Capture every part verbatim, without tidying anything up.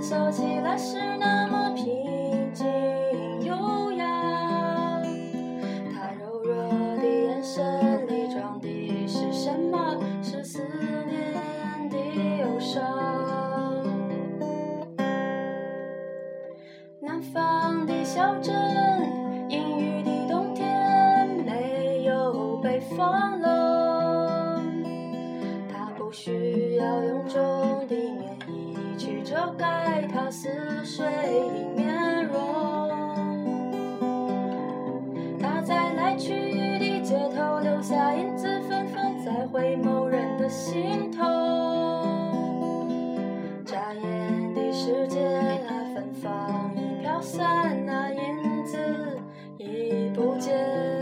说起来是那么平静优雅，他柔弱的眼神里装的是什么？是思念的忧伤。南方的小镇，阴郁的冬天，没有北方冷，它不需要臃肿的棉衣去遮盖它似水的面容。它在来去的街头留下影子，纷纷在回眸人的心头。眨眼的时间啊，芬芳已飘散，那影子已不见。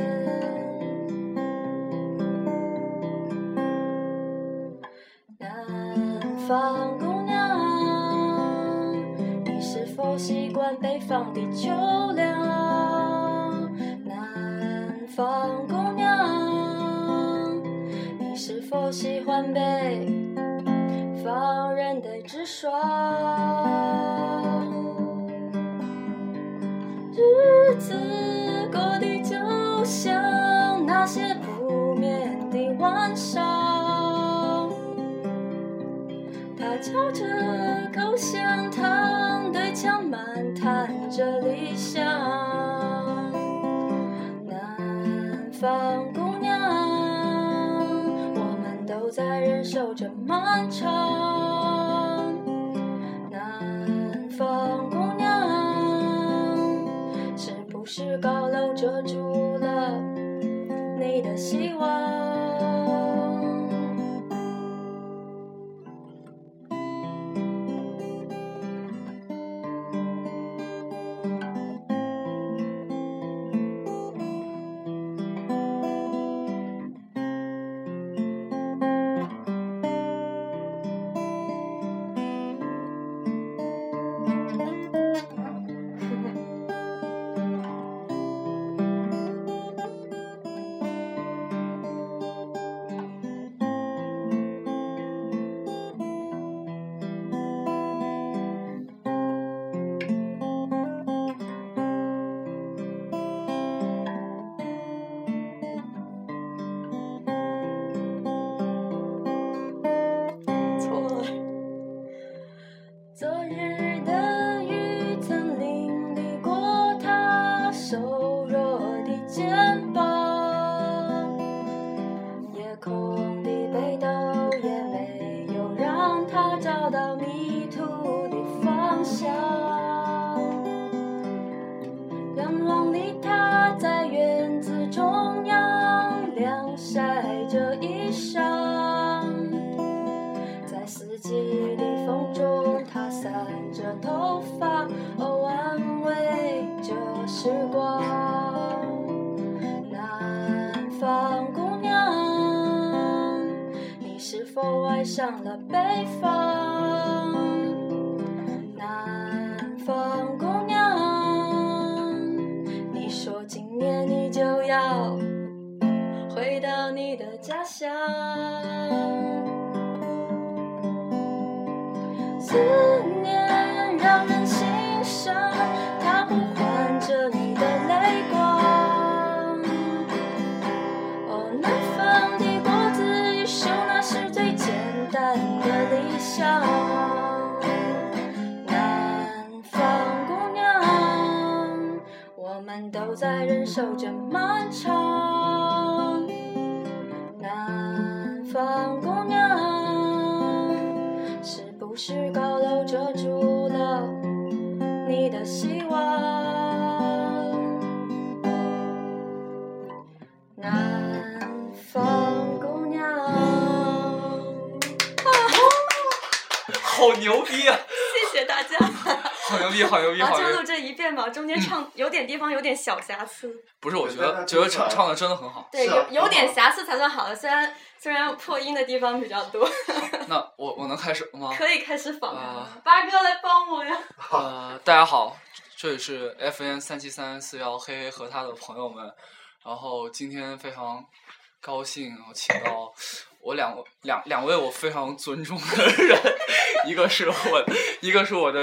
南方姑娘，你是否习惯北方的秋凉？南方姑娘，你是否喜欢北方人的直爽？日子过得就像那些不眠的晚上，他嚼着口香糖，对墙漫谈着理想。南方姑娘，我们都在忍受着漫长。南方姑娘，是不是高楼遮住了你的希望？昨日的雨曾淋漓过他瘦弱的肩膀，夜空的北斗也没有让他找到迷途的方向。阳光里他在院子中央晾晒着衣裳，在四季的风中他散着头发，哦，安慰着时光。南方姑娘，你是否爱上了北方？南方姑娘，你说今年你就要回到你的家乡。思念让人心伤，它呼唤着你的泪光。哦，南方的果子一熟，那是最简单的理想。南方姑娘，我们都在忍受着漫长。南方姑娘，是不是高楼遮住了你的希望？南方姑娘，啊， 好牛逼啊！ 谢谢大家。 好牛逼，好牛逼，好牛逼！ 就录这一遍吧，中间唱、嗯、有点地方有点小瑕疵。 不是，我觉得觉得唱唱的真的很好。 对，有有点瑕疵才算好的，虽然虽然破音的地方比较多。 那我我能开始了吗？ 可以开始访谈了。呃、八哥来帮我呀！ 呃，大家好，这里是 F M 三七三四幺黑黑和他的朋友们，然后今天非常高兴，我请到我两两两位我非常尊重的人，一个是我，一个是我的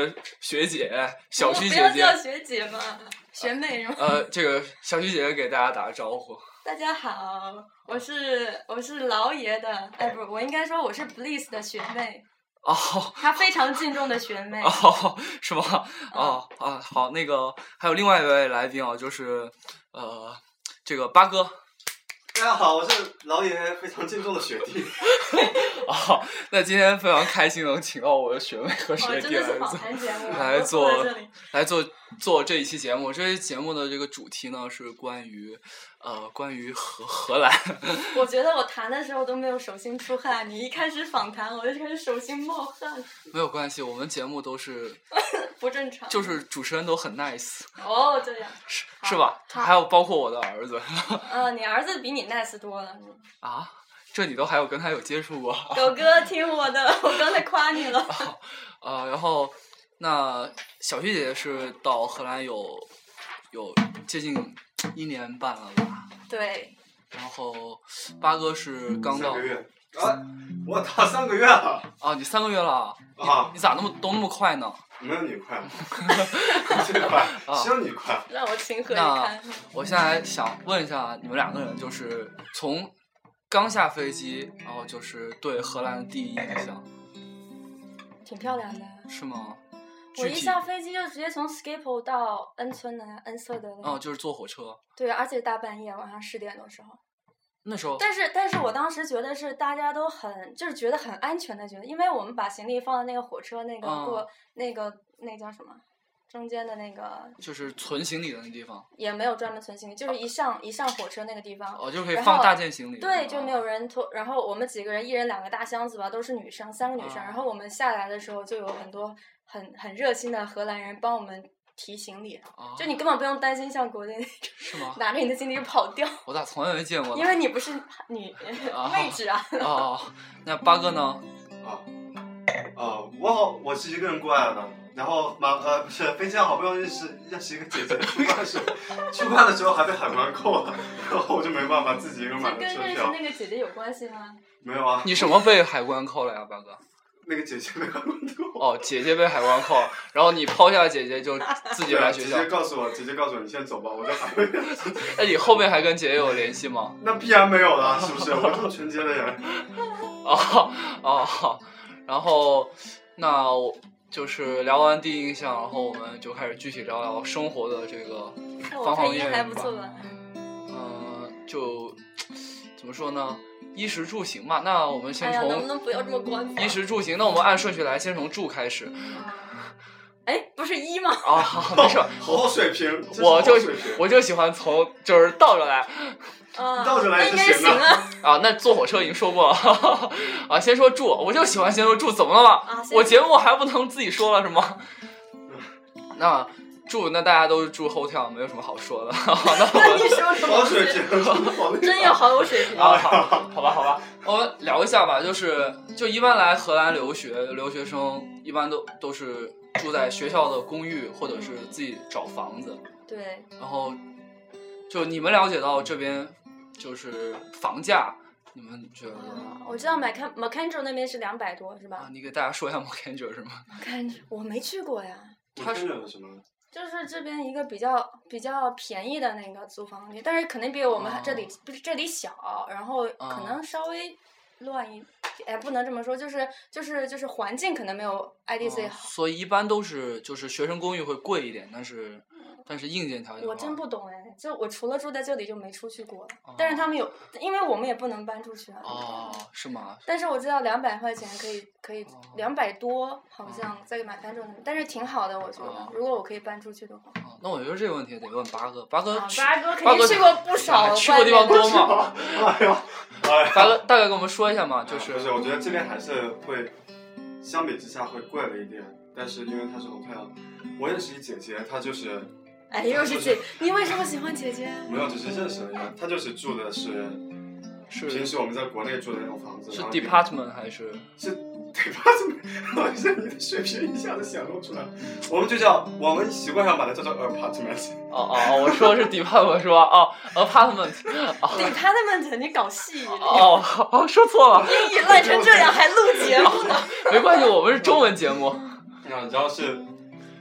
学姐小徐姐姐， 不要叫学姐嘛，学妹是吗？ 呃，这个小徐姐姐给大家打个招呼。 大家好，我是我是老爷的，哎，不是，我应该说我是 Bliss 的学妹。 哦， 她非常敬重的学妹。 哦，是吗？哦啊，好，那个还有另外一位来宾啊，就是呃，这个八哥。 大家好，我是老爷非常敬重的学弟。 哦，那今天非常开心能请到我的学妹和学弟来做来做来做做这一期节目。这期节目的这个主题呢是关于呃关于荷荷兰。 我觉得我谈的时候都没有手心出汗，你一开始访谈我就开始手心冒汗。 没有关系，我们节目都是不正常， 就是主持人都很 nice。 哦，这样是是吧？还有包括我的儿子。 呃，你儿子比你 nice 多了。 啊？这你都还有跟他有接触过？ 狗哥听我的，我刚才夸你了。 啊、呃，然后那小徐姐姐是到荷兰有有接近一年半了吧？ 对。 然后八哥是刚到。 三个月啊！我到三个月了。 啊，你三个月了？ 啊！ 你咋那么都那么快呢？ 没有你快，最快，只有你快。 让我情何以堪？ 那我现在想问一下你们两个人，就是从刚下飞机，然后就是对荷兰的第一印象。 挺漂亮的。 是吗？ 我一下飞机就直接从 Schiphol 到恩村的恩瑟德。 哦，就是坐火车。 对，而且大半夜晚上十点多时候。 那时候。 但是但是我当时觉得是大家都很就是觉得很安全的觉得，因为我们把行李放在那个火车那个过、嗯、那个那叫什么？中间的那个就是存行李的那地方， 也没有专门存行李，就是一上一上火车那个地方， 哦，就可以放大件行李。 对，就没有人拖。然后我们几个人，一人两个大箱子吧，都是女生，三个女生。 啊、 然后我们下来的时候，就有很多很很热心的荷兰人帮我们提行李， 啊、 就你根本不用担心像国内那种， 是吗？ 拿着你的行李跑掉。 我咋从来没见过呢？ 因为你不是女妹纸啊。 哦，那八哥呢？ 啊啊，我好，我是一个人过来的。然后马呃不是飞机上好不容易是认识一个姐姐，出关的时候，出关的时候还被海关扣了，然后我就没办法自己一个人买的车票。 这跟认识那个姐姐有关系吗？ 没有啊。 你什么被海关扣了呀，八哥？ 那个姐姐被海关扣。 哦，姐姐被海关扣，然后你抛下姐姐就自己来学校。 姐姐告诉我，姐姐告诉我你先走吧，我在海关。 那你后面还跟姐姐有联系吗？ 那必然没有了，是不是？我这么纯洁的人。 哦哦，然后那我。就是聊完第一印象，然后我们就开始具体聊聊生活的这个方方面面吧。 还不错吧？ 嗯、呃，就怎么说呢？衣食住行吧。那我们先从、 哎、能不能不要这么官方？ 衣食住行，那我们按顺序来，先从住开始。 哎，不是一吗？ 啊，没事， 好好水平。 我就我就喜欢从就是倒着来。 啊， 倒着来也行啊！ 啊，那坐火车已经说过了啊。先说住，我就喜欢先说住，怎么了嘛？ 啊、 我节目还不能自己说了是吗？那住，那大家都住 hotel， 没有什么好说的。那我你说什么？ 好水平， 真有好有水平啊！好，好吧，好吧，我们聊一下吧。就是就一般来荷兰留学，留学生一般都都是住在学校的公寓，或者是自己找房子。 对。 然后，就你们了解到这边。就是房价，你们觉得？ 啊、我知道 Mac Macandrew 那边是两百多，是吧？ 啊，你给大家说一下 Macandrew 是吗 ？Macandrew 我没去过呀。 它是什么？ 就是这边一个比较比较便宜的那个租房地，但是肯定比我们这里、哦、这里小，然后可能稍微乱一，哎，不能这么说，就是就是就是环境可能没有 I D C 好、 哦。所以一般都是就是学生公寓会贵一点，但是。但是硬件条件我真不懂哎，就我除了住在这里就没出去过。 哦、 但是他们有，因为我们也不能搬出去啊。 哦，是吗？ 但是我知道两百块钱可以可以两百、哦、多，好像在买翻转那边，但是挺好的，我觉得。哦、如果我可以搬出去的话。 哦，那我觉得这个问题得问八哥，八哥、 啊、八哥肯定去过不少， 去过地方多吗？ 哎呀，哎呀， 八哥大概跟我们说一下嘛，就是。 不是，我觉得这边还是会，相比之下会贵了一点，但是因为它是 hotel， 我认识一姐姐，她就是。 哎，又是姐，你为什么喜欢姐姐？ 没有，只是认识了一下。她就是住的是， 是平时我们在国内住的那种房子。 是 department 还是？ 是 department， 好像你的水平一下子显露出来。我们就叫，我们习惯上把它叫做 apartment。 哦哦，我说的是 department 是吧？哦 ，apartment。 department， 你搞戏。 哦哦，说错了。 英语烂成这样还录节目呢？ 没关系，我们是中文节目。 啊，然后是。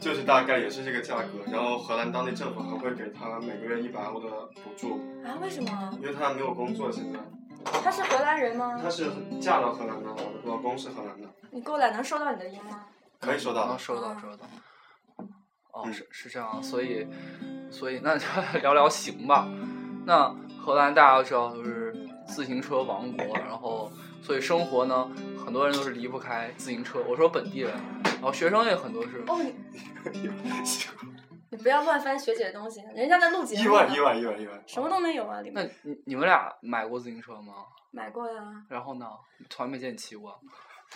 就是大概也是这个价格。然后荷兰当地政府还会给他每个月一百欧的补助。 啊？为什么？ 因为他没有工作现在。 他是荷兰人吗？ 他是嫁到荷兰的，我的老公是荷兰的。 你过来能收到你的音吗？ 可以收到， 能收到，收到。哦，嗯、是是这样，所以所以那就聊聊行吧。那荷兰大家都知道都是自行车王国，然后所以生活呢，很多人都是离不开自行车。我说本地人，然后学生也很多是。 哦，你你不要乱翻学姐的东西，人家在录节目。 意外意外意外意外， 什么都没有啊里面。 那你你们俩买过自行车吗？ 买过呀。 然后呢？从来没见你骑过。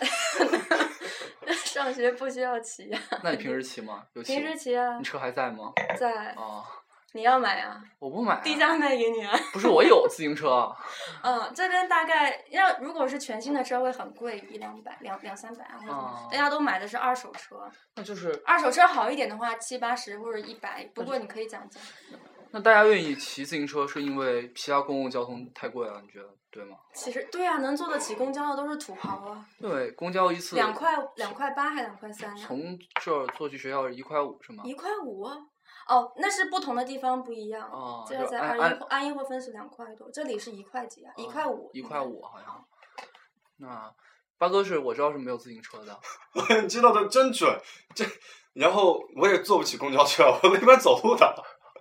上学不需要骑呀、啊。 那你平时骑吗？有骑。 平时骑啊。 你车还在吗？ 在。 哦。 你要买啊？ 我不买、啊。 低价卖给你啊。 不是，我有自行车。 嗯，这边大概要如果是全新的车会很贵，一两百、两两三百啊，或者、嗯、大家都买的是二手车。 那就是二手车好一点的话，七八十或者一百，不过你可以讲讲。 那大家愿意骑自行车是因为其他公共交通太贵了，你觉得对吗？ 其实对啊，能坐得起公交的都是土豪啊。 对，公交一次两块两块八还两块三呀？ 从这儿坐去学校是一块五是吗？ 一块五啊。哦，那是不同的地方不一样。 哦， 这个在安徽安徽会分是两块多，这里是一块几啊？一、哦、块五。 一块五好像。那八哥是我知道是没有自行车的。 你知道的真准，这然后我也坐不起公交车，我一般走路的。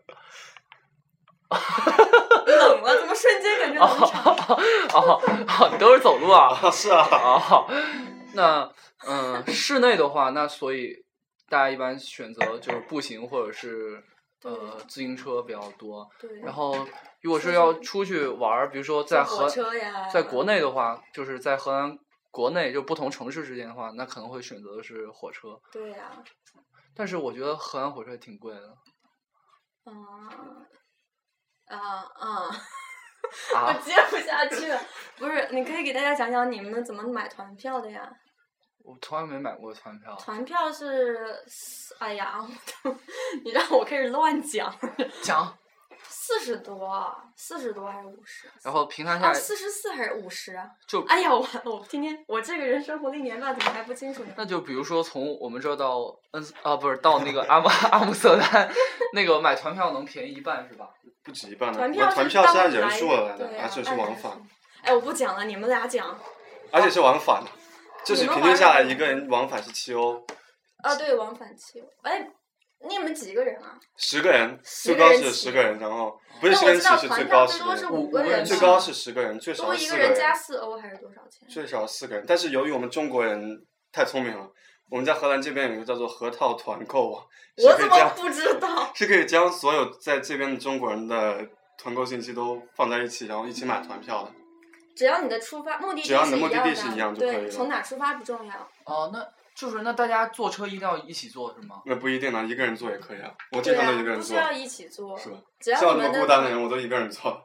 冷了，怎么瞬间感觉冷场？ 哦哦，你都是走路啊？ 是啊。 哦，那嗯，室内的话，那所以。大家一般选择就是步行或者是呃自行车比较多。 对。 然后如果是要出去玩，比如说在荷在国内的话，就是在荷兰国内就不同城市之间的话，那可能会选择的是火车。 对呀、啊。 但是我觉得荷兰火车也挺贵的。 嗯啊啊！我接不下去了。不是，你可以给大家讲讲你们怎么买团票的呀？ 我从来没买过团票。 团票是，哎呀，你让我开始乱讲。 讲。 四十多，四十多还是五十？ 然后平摊下来。 四十四还是五十？ 就。 哎呀，我我今天我这个人生活历年吧，怎么还不清楚呢？ 那就比如说从我们这到嗯啊不是到那个阿姆阿姆斯特丹，那个买团票能便宜一半是吧？ 不止一半呢。 团票团票是按人数来的， 对啊、 而且是往返。 哎，我不讲了，你们俩讲。 而且是往返的。就是平均下来一个人往返是七欧。 啊，对，往返七欧。哎，你们几个人啊？ 十个人，最高是十个人，然后不是十个人起是最高十个人， 五个人， 最高是十个人，最少四个人。 多一个人加四欧还是多少钱？ 最少四个人，但是由于我们中国人太聪明了，我们在荷兰这边有一个叫做核套团购网， 我怎么不知道？ 是可以将所有在这边的中国人的团购信息都放在一起，然后一起买团票的。 只要你的出发目的地只要你的目的地是一样就可以了。 对，从哪出发不重要。 哦，那就是那大家坐车一定要一起坐是吗？ 那不一定啊，一个人坐也可以啊。我经常都一个人坐。 不需要一起坐。 是吧？ 只要像你们孤单的人，我都一个人坐。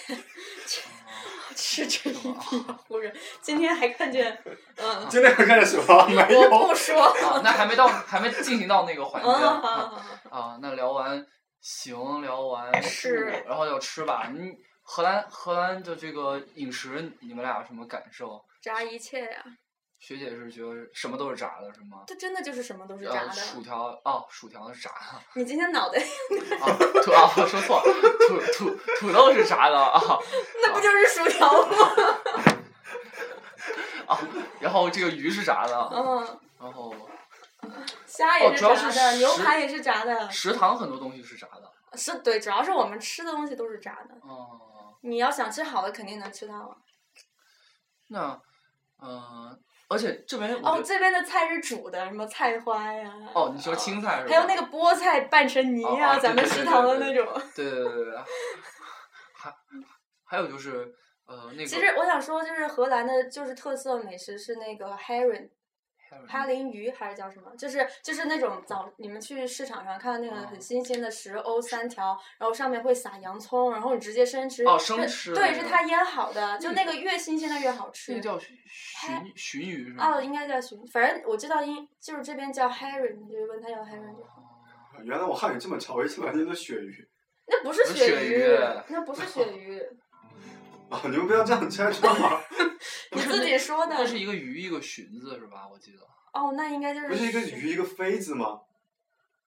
嗤之以鼻啊，忽然今天还看见，嗯。 今天还看见什么？没有。 我不说。 啊，那还没到，还没进行到那个环节啊。 啊, 啊，那聊完行，聊完吃， 然后要吃吧。你荷兰荷兰的这个饮食，你们俩有什么感受？ 炸一切呀。 学姐是觉得什么都是炸的，是吗？ 它真的就是什么都是炸的。 呃、薯条哦，薯条是炸的。 你今天脑袋。 啊，土啊，说错了，土土土豆是炸的啊。 那不就是薯条吗？ 啊，然后这个鱼是炸的。 嗯。 然后。 虾也是炸的， 哦、 牛排也是炸的。 食堂很多东西是炸的。 是对，主要是我们吃的东西都是炸的。 哦。 你要想吃好的，肯定能吃到啊。 那，嗯、呃。而且这边哦，这边的菜是煮的，什么菜花呀？ 哦，你说青菜是吧？ 还有那个菠菜拌成泥啊， 哦、 咱们食堂的那种。 对对对对。还还有就是呃那个。 其实我想说，就是荷兰的，就是特色美食是那个 herring。哈林鱼还是叫什么？就是就是那种早你们去市场上看到那个很新鲜的十欧三条，然后上面会撒洋葱，然后你直接生吃。 哦，生吃。 对，是它腌好的，就那个越新鲜的越好吃。 那个叫鲟鲟鱼是吧？哦，应该叫鲟，反正我知道应就是这边叫 herring， 你就问他叫 herring 就好。 原来我汉语这么差，我一直以为那是鳕鱼。 那不是鳕鱼， 那不是鳕鱼。 哦，你们不要这样拆穿嘛！ 你自己说的。 那是一个鱼，一个鲟子是吧？我记得。 哦，那应该就是。 不是一个鱼，一个飞子吗？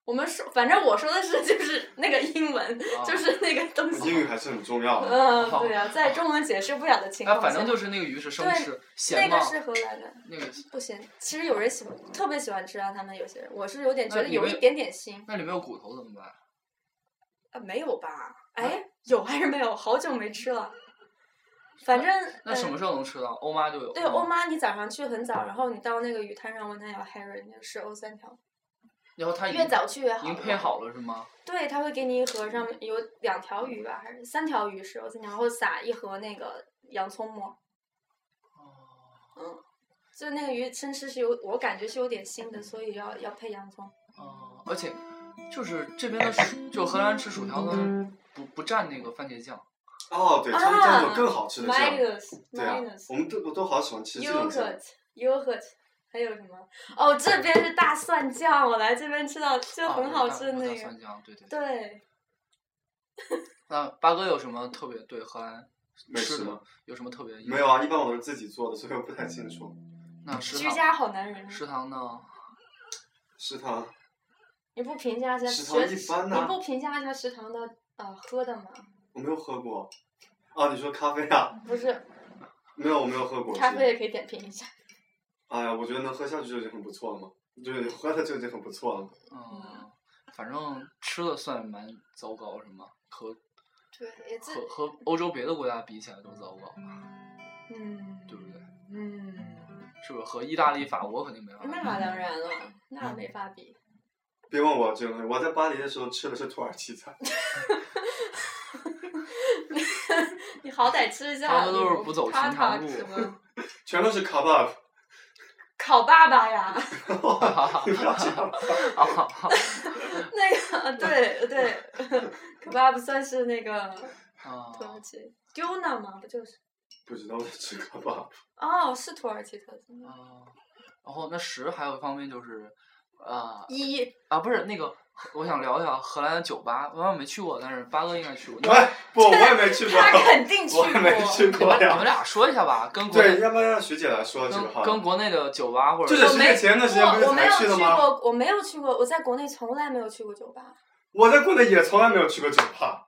我们说，反正我说的是就是那个英文，啊、就是那个东西。 英语还是很重要的。 嗯，对啊，在中文解释不了的情况下。 啊，反正就是那个鱼是生吃，咸吗？那个是荷兰的。 那个不咸，其实有人喜欢，特别喜欢吃啊。他们有些人，我是有点觉得有一点点腥。 那里面有骨头怎么办？ 啊，没有吧？哎，有还是没有？好久没吃了。反正那, 那什么时候能吃到？欧妈就有。 对，欧妈，你早上去很早，然后你到那个鱼摊上问他要 herring， 十欧三条。 然后他越早去越好。 已经配好了是吗？ 对，他会给你一盒，上面有两条鱼吧，还是三条鱼十欧三条，然后撒一盒那个洋葱末。 哦。 嗯，就那个鱼生吃是有，我感觉是有点腥的，所以要要配洋葱。 哦，而且就是这边的薯，就荷兰吃薯条呢，不不蘸那个番茄酱。 哦，对，他们蘸那种更好吃的酱。 啊、 对啊，我们都我都好喜欢吃这种酱。 Yogurt， 还有什么？哦，这边是大蒜酱，我来这边吃到就很好吃的那个。 大蒜酱，对对对。对。 那八哥有什么特别对荷兰吃的？有什么特别？ 没有啊，一般我都是自己做的，所以我不太清楚。 那食堂。 居家好男人。 食堂呢？ 食堂。 你不评价一下食堂一般呢？ 你不评价一下食堂的呃喝的吗？ 我没有喝过。哦，你说咖啡啊？ 不是。 没有，我没有喝过。 咖啡也可以点评一下。 哎呀，我觉得能喝下去就已经很不错了嘛，就是喝的就已经很不错了。 嗯，反正吃的算蛮糟糕，是吗？和对， 和和欧洲别的国家比起来都糟糕。 嗯。 对不对？ 嗯。 是不是和意大利、法国肯定没法比？ 那当然了，那没法比。 别问我这个，我在巴黎的时候吃的是土耳其菜。 你好歹吃一下。 他们都是不走寻常路。 全都是卡巴。 烤爸爸呀！ 你不要这样。 那个对对，烤爸爸算是那个土耳其丢呢吗？不就是？ 不知道我吃烤爸。 哦，是土耳其特色。 哦，然后那十还有一方面就是，啊。 一。 啊，不是那个。我想聊一聊荷兰的酒吧，我没去过，但是八哥应该去过。 喂，不，我也没去过。 他肯定去过。 我也没去过呀。 你们俩说一下吧，跟国对，要不然让学姐来说这个哈。 跟国内的酒吧或者。 这是学姐前段时间不是才去的吗？ 我没有去过，我在国内从来没有去过酒吧。 我在国内也从来没有去过酒吧。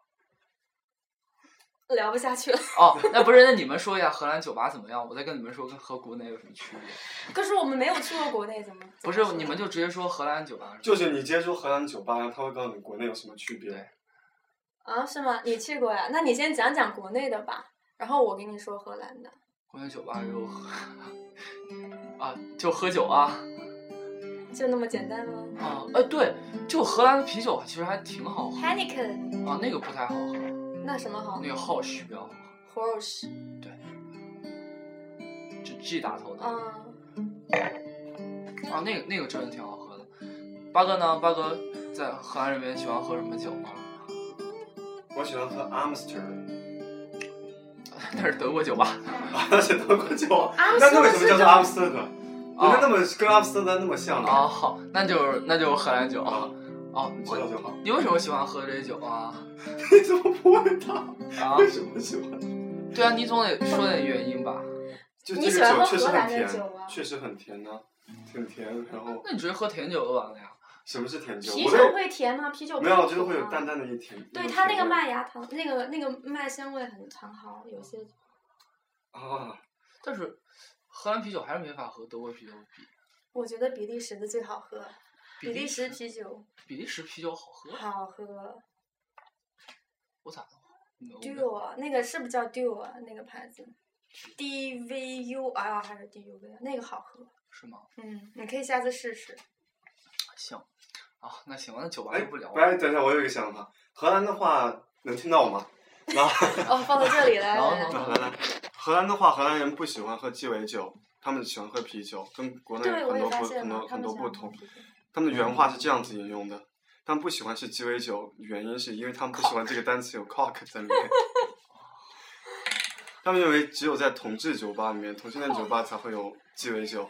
聊不下去了。 哦，那不是，那你们说一下荷兰酒吧怎么样？我再跟你们说跟和国内有什么区别。 可是我们没有去过国内，怎么？ 不是，你们就直接说荷兰酒吧。 就是你直接说荷兰酒吧，他会告诉你国内有什么区别。 啊，是吗？你去过呀？那你先讲讲国内的吧，然后我给你说荷兰的。 国内酒吧就啊，就喝酒啊。 就那么简单吗？ 啊，哎，对，就荷兰的啤酒其实还挺好喝。 Heineken。 啊，那个不太好喝。 那什么好？ 那个 Horsch 比较好。 Horsch。 对。就 G 打头的。 嗯。 啊，那个那个真的挺好喝的。八哥呢？八哥在荷兰这边喜欢喝什么酒吗？ 我喜欢喝 Amstel。 那是德国酒吧。 啊，那是德国酒。那那为什么叫做阿姆斯特丹？人家那么跟阿姆斯特丹那么像呢？ 哦，好，那就是那就是荷兰酒。哦， 你知道就好。 你为什么喜欢喝这些酒啊？ 你怎么不问他？ 啊？ 为什么喜欢？ 对啊，你总得说点原因吧。 就这个酒确实很甜，确实很甜呢，挺甜。然后。 那你直接喝甜酒就完了呀。 什么是甜酒？ 啤酒会甜吗？啤酒没有，我觉得会有淡淡的一甜。 对，它那个麦芽糖，那个那个麦香味很很好，有些。 啊， 但是荷兰啤酒还是没法和德国啤酒比。 我觉得比利时的最好喝，比利时啤酒。 比利时啤酒好喝。 好喝。 我咋的 ？Duo 啊，那个是不是叫 Duo 啊？那个牌子 ，D V U R 还是 D U V？ 那个好喝。 是吗？ 嗯，你可以下次试试。 行。啊，那行，那酒吧就不聊了。 哎，等一下，我有一个想法。荷兰的话，能听到我吗？ 哦，放到这里来。 来来来。荷兰的话，荷兰人不喜欢喝鸡尾酒，他们喜欢喝啤酒，跟国内很多不很多很多不同。他们的原话是这样子引用的：他们不喜欢吃鸡尾酒，原因是因为他们不喜欢这个单词有 cock 在里面。他们认为只有在同志酒吧里面，同性恋酒吧才会有鸡尾酒。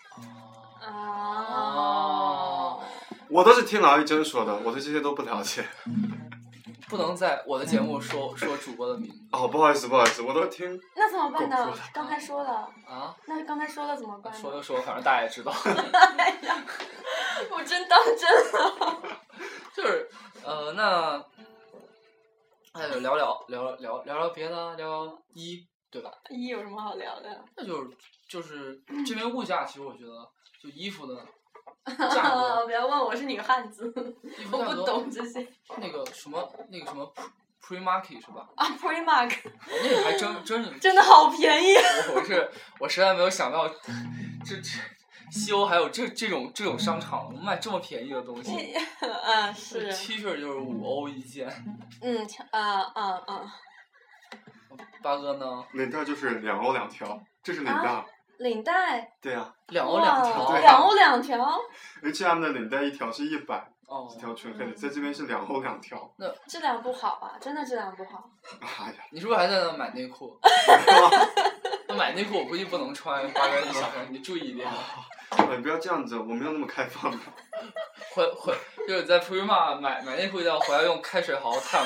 哦。 我都是听老一真说的，我对这些都不了解。 不能在我的节目说说主播的名字。 哦，不好意思，不好意思，我都听。 那怎么办呢？刚才说了。 啊？ 那刚才说了怎么办？ 说就说，反正大家也知道。 哎呀，我真当真了。 者聊聊聊聊聊聊别的，聊聊一，对吧？ 一有什么好聊的？ 那就是就是这边物价，其实我觉得就衣服的价格。 不要问我是女汉子，我不懂这些。 那个什么那个什么 Primark 是吧？ 啊 ，Primark。 那个还真真真的好便宜。 我是我实在没有想到，这这西欧还有这这种这种商场卖这么便宜的东西。 嗯，是。 T 恤就是五欧一件。 嗯啊啊啊！ 八哥呢？ 领带就是两欧两条，这是领带。啊、 领带。 对呀、啊。 两欧两条。 两欧两条。 H and M 的领带一条是一百。 哦， 一条纯黑的，在这边是两欧两条。 那质量不好啊，真的质量不好。 哎呀， 你是不是还在那买内裤？那买内裤我估计不能穿，八哥你小心，你注意一点。 你不要这样子，我没有那么开放的。 回回就是在 Prima 买买内裤一定要回来用开水好好烫。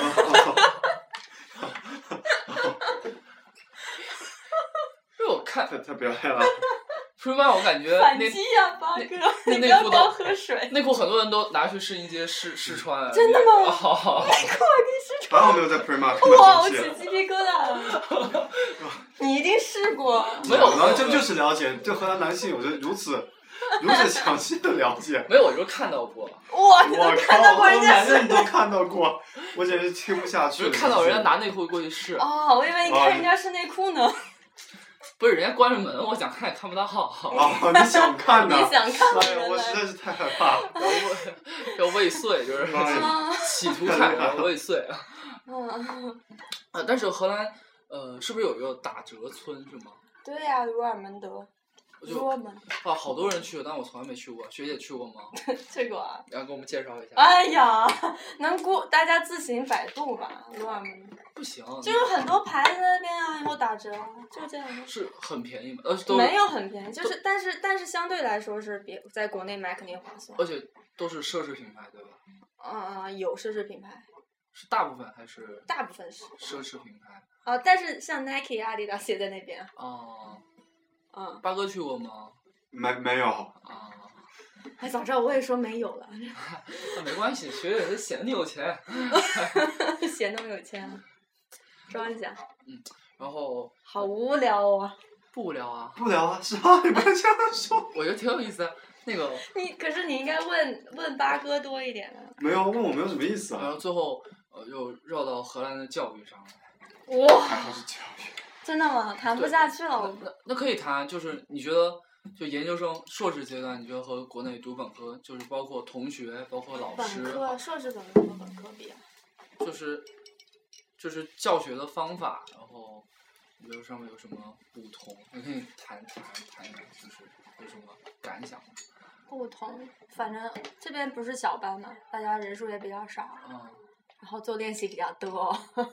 因为我看太太表演了。 Prima 我感觉反击呀，八哥，你不要光喝水。 内裤很多人都拿去试衣间试试穿。 真的吗？ 内裤还可以试穿。 还好没有在 Prima 看哇，我起鸡皮疙瘩了。你一定试过。 没有， 然后这就是了解，对荷兰男性有着如此如此详细的了解。 没有，我就看到过。 哇，你都看到过人家试？我都看到过，我简直听不下去。 就是看到人家拿内裤过去试。 哦，我以为你看人家试内裤呢。 不是，人家关着门，我想看也看不到。 哦，你想看呢？ 你想看？ 哎呀，我实在是太害怕了。 要未遂，就是企图看，然后未遂。 嗯。 啊，但是荷兰，呃，是不是有一个打折村是吗？ 对呀、啊，罗尔门德。罗门。 啊，好多人去了，但我从来没去过。学姐去过吗？ 去过啊。 然后给我们介绍一下。 哎呀，能估大家自行百度吧，罗尔门德。 不行。 就是很多牌子那边啊，有打折，就这样。 是很便宜吗？呃，都没有很便宜，就是但是但是相对来说是比在国内买肯定划算。 而且都是奢侈品牌，对吧？ 嗯嗯，有奢侈品牌。 是大部分还是？ 大部分是。 奢侈品牌。 哦，但是像 Nike、阿迪达斯也在那边。 哦。 嗯。 八哥去过吗？ 没没有。 啊。 哎，早知道我也说没有了。 那没关系，学姐是显你有钱。 显得我有钱。装一下。 嗯，然后。 好无聊啊！ 不无聊啊！ 不聊啊！是吧？你不要这样说。 我觉得挺有意思的，那个。 你可是你应该问问八哥多一点啊。 没有问我没有什么意思啊。 然后最后呃又绕到荷兰的教育上来。 哇！ 还好是教育。 真的吗？谈不下去了。 那那可以谈，就是你觉得就研究生、硕士阶段，你觉得和国内读本科，就是包括同学，包括老师。 本科、硕士本科和本科比啊。 就是。就是教学的方法，然后你觉得上面有什么不同？你可以谈谈谈一谈，就是有什么感想吗？ 不同，反正这边不是小班嘛，大家人数也比较少， 嗯， 然后做练习比较多。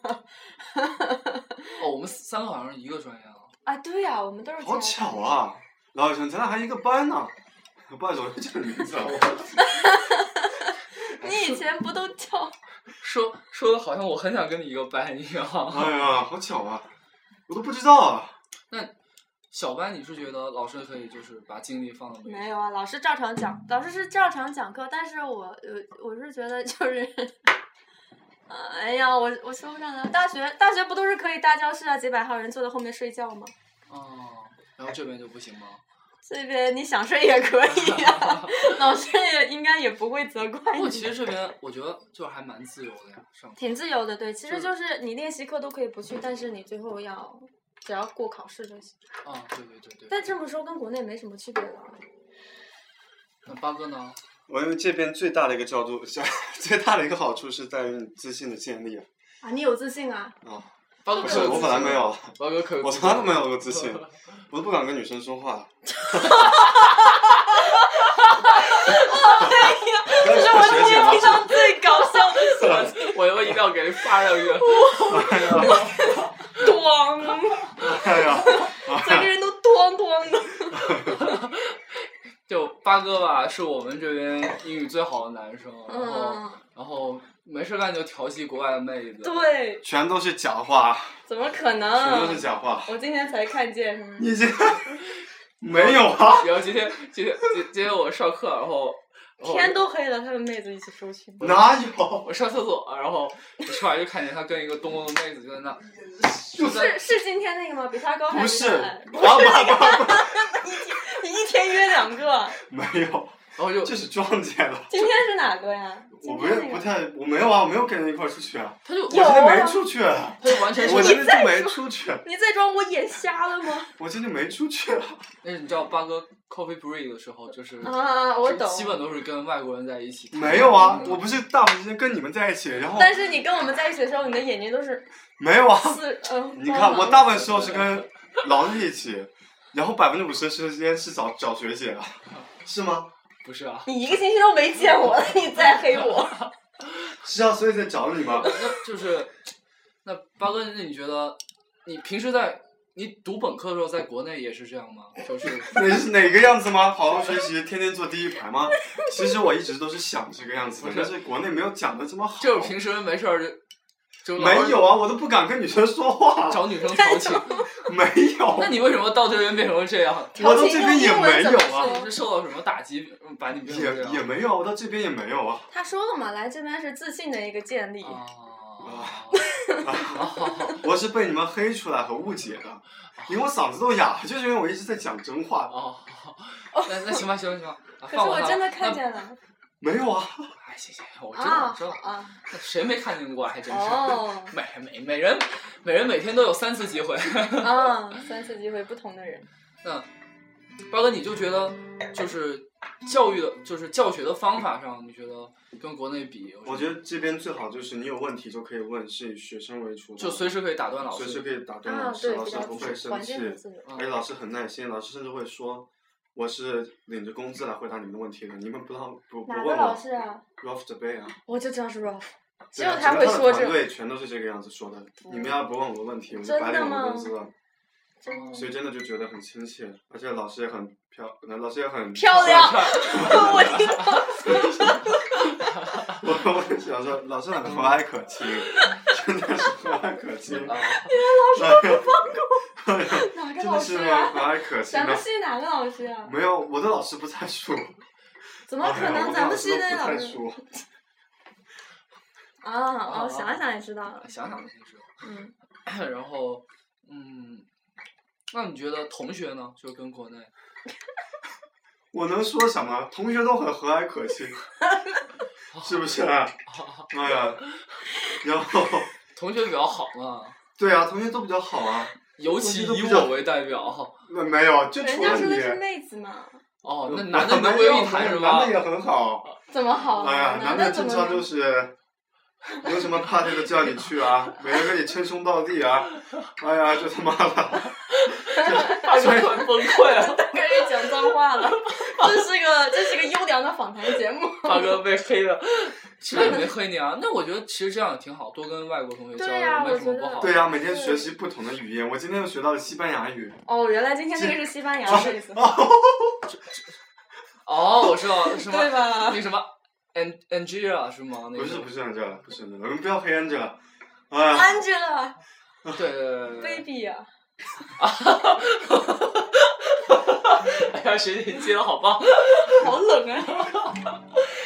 哦，我们三个好像是一个专业啊。 啊，对呀、啊，我们都是。 好巧啊！老兄，咱俩还一个班呢。不好意思，我叫你名字啊。 你以前不都叫？ 说说的好像我很想跟你一个班一样。 哎呀，好巧啊！我都不知道啊。 那小班你是觉得老师可以就是把精力放到没有啊？老师照常讲，老师是照常讲课，但是我呃我是觉得就是，哎呀，我我说不上来。大学大学不都是可以大教室啊，几百号人坐在后面睡觉吗？ 哦，然后这边就不行吗？ 这边你想睡也可以呀、啊，老师也应该也不会责怪你。 不过其实这边我觉得就还蛮自由的呀，上课。 挺自由的，对，其实就是你练习课都可以不去，但是你最后要只要过考试就行。 啊，对对对对。 但这么说跟国内没什么区别的。 那八哥呢？ 我认为这边最大的一个角度，最大的一个好处是在于你自信的建立。 啊，你有自信啊？ 啊。 八哥不是，我本来没有。 八哥可有。 我从来都没有过自信，我都不敢跟女生说话。 哎呀，这是我今天听到最搞笑的事情。 我我一定要给你发上去。 咣！ 哎呀， 整个人都咣咣的。 就八哥吧，是我们这边英语最好的男生，然后、 嗯、 然后没事干就调戏国外的妹子。 对。 全都是假话。 怎么可能？ 全都是假话。 我今天才看见。 你这没有啊？ 然后今天今天今今天我上课，然后天都黑了，他们妹子一起出去。 哪有？ 我上厕所，然后我出来就看见他跟一个东东的妹子就在那。 是是今天那个吗？比他高还是他矮？不是，不是你你一天约两个？ 没有，然后就这是撞见了。 今天是哪个呀？ 我不不太，我没有啊，我没有跟人一块出去啊。 他就我今天没出去， 他就完全是我今天就没出去。 你在装我眼瞎了吗？ 我今天没出去。 那你知道八哥 coffee break 的时候，就是啊，我懂， 基本都是跟外国人在一起。 没有啊，我不是大部分时间跟你们在一起，然后。 但是你跟我们在一起的时候，你的眼睛都是。 没有啊。 是嗯。 你看，我大部分时候是跟老师一起，然后百分之五十的时间是找找学姐，是吗？ 不是啊。 你一个星期都没见我了，你再黑我。 是啊，所以在找你嘛。 那就是，那八哥，那你觉得，你平时在你读本科的时候，在国内也是这样吗？就是哪是哪个样子吗？好好学习，天天坐第一排吗？其实我一直都是想这个样子的，但是国内没有讲的这么好。 就是平时没事儿就。 没有啊，我都不敢跟女生说话。 找女生调情。 没有。 那你为什么到这边变成了这样？ 我到这边也没有啊。 你是受到什么打击把你变成这样？ 也也没有，我到这边也没有啊。 他说了嘛，来这边是自信的一个建立。 啊。 我是被你们黑出来和误解的，因为我嗓子都哑，就是因为我一直在讲真话。 哦。那那行吧，行吧，行吧。 可是我真的看见了。 没有啊。 哎，行行，我知道，我知道。啊。那谁没看见过？还真是。哦。每每每人每人每天都有三次机会。 啊，三次机会，不同的人。 那八哥，你就觉得就是教育的，就是教学的方法上，你觉得跟国内比？ 我觉得这边最好就是你有问题就可以问，是以学生为主， 就随时可以打断老师， 随时可以打断老师，老师不会生气，而且老师很耐心，老师甚至会说。我是领着工资来回答你们的问题的，你们不让不不问我。 哪个老师啊 ？Ralph 的贝啊。 我就知道是 Ralph， 只有他会说这。 团队全都是这个样子说的，你们要不问我问题，我就白领我的工资了。所以真的就觉得很亲切，而且老师也很漂，老师也很漂亮。我听到。 我我想说，老师很和蔼可亲，真的是和蔼可亲。 你的老师不放过。哪个老师啊？ 和蔼可亲。 咱们系哪个老师啊？ 没有，我的老师不在数。 怎么可能？咱们系那老师。 啊哦，想想也知道了。 想想就知道。嗯。然后，嗯。那你觉得同学呢？就跟国内， 我能说什么？同学都很和蔼可亲，是不是？哎呀，然后同学比较好嘛。 对啊，同学都比较好啊。 尤其以我为代表。 那没有，就除了你。 人家说的是妹子嘛。 哦，那男的能归一谈是吧？ 男的也很好。 怎么好？ 哎呀，男的经常就是。有什么 party 都叫你去啊，每人跟你称兄道弟啊，哎呀，这他妈的， 大哥很崩溃啊！ 开始讲脏话了，这是个这是个优良的访谈节目。 大哥被黑了，其实也没黑你啊。那我觉得其实这样也挺好，多跟外国同学交流，没什么不好。 对呀、啊，每天学习不同的语言，我今天又学到了西班牙语。 哦，原来今天那个是西班牙的意思。 哦，我知道什么？ 对吧？ 那什么？An Angela 是吗？ 不是不是 Angela， 不是 Angela， 我们不要黑 Angela。 哎 Angela。 对对对。 Baby 啊。 哎呀，学姐接的好棒。 好冷啊。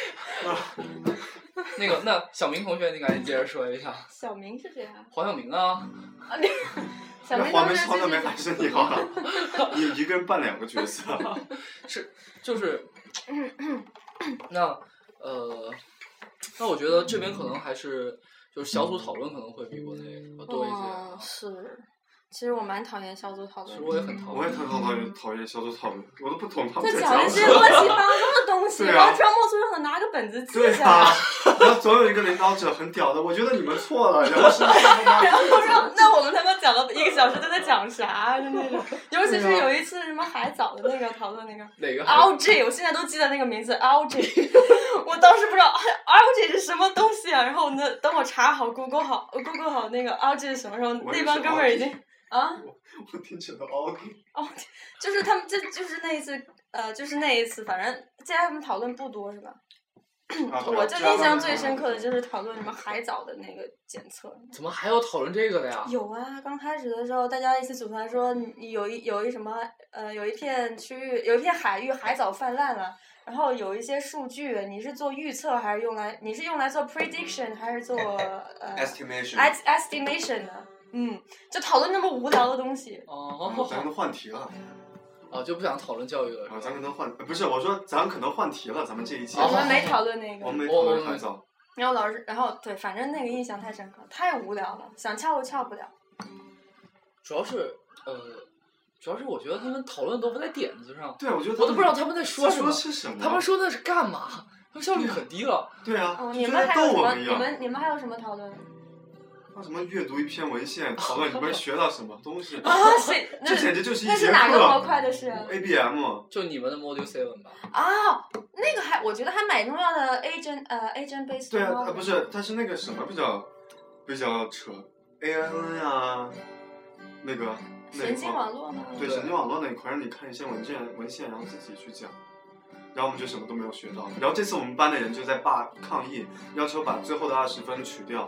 那个，那小明同学，你赶紧接着说一下。 小明是谁啊？ 黄晓明啊。 啊，那小明黄明超的没还是你好了，你一个人扮两个角色。 是，就是。那。呃，那我觉得这边可能还是就是小组讨论可能会比国内要多一些。 哦，是，其实我蛮讨厌小组讨论。 其实我也很讨厌。 我也特讨厌讨厌小组讨论，我都不懂他们在讲一些乱七八糟的东西，然后张默书上拿个本子记下来。 然后总有一个领导者很屌的，我觉得你们错了，然后是。 然后让那我们他妈讲了一个小时都在讲啥？就那种，尤其是有一次什么海藻的那个讨论那个。 哪个 ？R J， 我现在都记得那个名字 R J。我当时不知道 R J 是什么东西啊，然后呢，等我查好 Google 好 Google 好那个 R J 是什么时候，那帮哥们儿已经啊。 我听成了 R J。 哦，就是他们，这就是那一次，呃，就是那一次，反正现在他们讨论不多是吧？我就印象最深刻的就是讨论什么海藻的那个检测。 怎么还有讨论这个的呀？ 有啊，刚开始的时候，大家一起组团说，有一有一什么呃，有一片区域，有一片海域海藻泛滥了。 然后有一些数据，你是做预测还是用来？你是用来做 prediction 还是做呃 estimation estimation 的？嗯，就讨论那么无聊的东西。 哦， 咱们换题了。 哦，就不想讨论教育了。 啊，咱可能换，不是我说，咱可能换题了，咱们这一期。 我们没讨论那个。 我们没讨论海藻。 然后老师，然后对，反正那个印象太深刻，太无聊了，想翘都翘不了。 主要是呃，主要是我觉得他们讨论都不在点子上。 对，我觉得我都不知道他们在说什么。 是什么？ 他们说的是干嘛？他们效率可低了。 对啊。 哦，你们还有什么？你们你们还有什么讨论？ 啊，什么阅读一篇文献，讨论里面学到什么东西？ 啊，谁？ 这简直就是一节课。 那是哪个模块的事 ？A B M。 就你们的 Module Seven 吧。 啊，那个还我觉得还蛮重要的 agent 呃 agent based。 对啊，不是，它是那个什么比较比较扯 ，A N N 呀，那个。 神经网络吗？ 对，神经网络那一块，让你看一些文件文献，然后自己去讲。然后我们就什么都没有学到。然后这次我们班的人就在罢抗议，要求把最后的二十分取掉。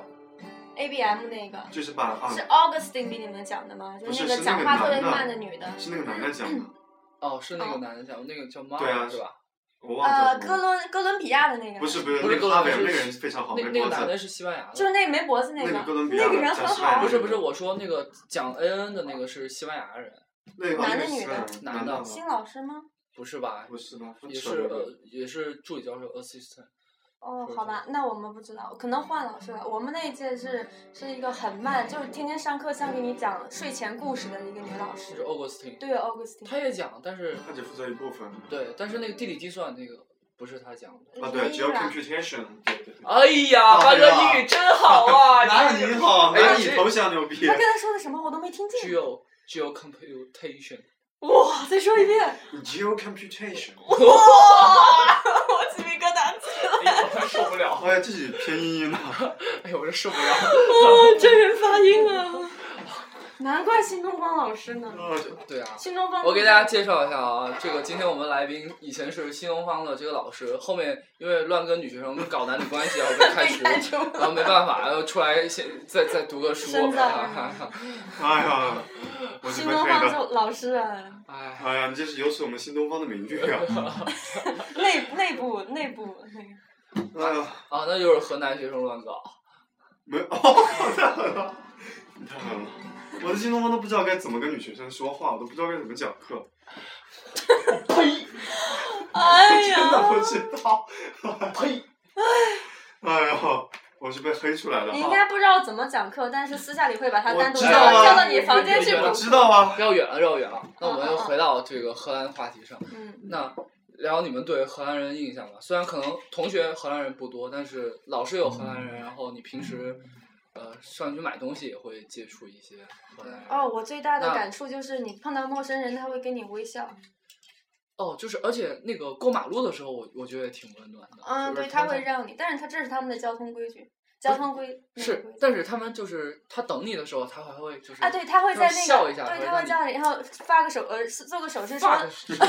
A B M 那个就是把啊， 是 Augustine 比你们讲的吗？就是那个讲话特别慢的女的。 是那个男的讲的。 哦，是那个男的讲的，那个叫 Mark 对啊， 是吧？ 我忘了。 呃，哥伦哥伦比亚的那个。 不是不是， 不是哥伦比亚那个人非常好， 那那个男的是西班牙的。 就是那个没脖子那个。 那个哥伦比亚那个人很好。 不是不是，我说那个讲 A N 的那个是西班牙人。 男的女的？ 男的。 新老师吗？ 不是吧？ 不是吧？ 也是呃，也是助理教授 assistant。 哦，好吧，那我们不知道，可能换老师了。我们那一届是是一个很慢，就是天天上课像给你讲睡前故事的一个女老师。 是 Augustine。 对 ，Augustine。 他也讲，但是他只负责一部分。 对，但是那个地理计算那个不是他讲的。 啊，对，只有 computation。对对对。 哎呀，八哥英语真好啊！ 哪有你好？哪有你头像牛逼？ 他刚才说的什么我都没听见。 只有只有 computation。 哇！再说一遍。 Geocomputation。 哇！我鸡皮疙瘩起来。哎呀，我受不了！ 哎呀，这是偏音音的。 哎呀，我这受不了。 啊，真人发音啊！难怪新东方老师呢。 对啊。 新东方。 我给大家介绍一下啊，这个今天我们来宾以前是新东方的这个老师，后面因为乱跟女学生搞男女关系，然后被开除，然后没办法，然后出来先再再读个书。 哎呀， 新东方就老师啊。 哎。 哎呀，你这是有损我们新东方的名誉啊。 内内部内部那个。哎呀。 啊，那就是和男学生乱搞。 没哦，太狠了，你太狠了。我的新东方都不知道该怎么跟女学生说话，我都不知道该怎么讲课。 呸！ 哎呀！ 真的不知道。 呸！ 哎呀，我是被黑出来的。 你应该不知道怎么讲课，但是私下里会把它单独叫到你房间去补。我知道啊。 绕远了，绕远了。那我们又回到这个荷兰话题上。 嗯。 那聊你们对荷兰人印象吧。虽然可能同学荷兰人不多，但是老师有荷兰人，然后你平时。呃，上去买东西也会接触一些荷兰人。 哦，我最大的感触就是你碰到陌生人，他会跟你微笑。 哦，就是而且那个过马路的时候，我我觉得也挺温暖的。 嗯，对，他会让你，但是他这是他们的交通规矩，交通规是，但是他们就是他等你的时候，他还会就是啊，对，他会在那个笑一下， 对，他会叫你，然后发个手呃，做个手势说。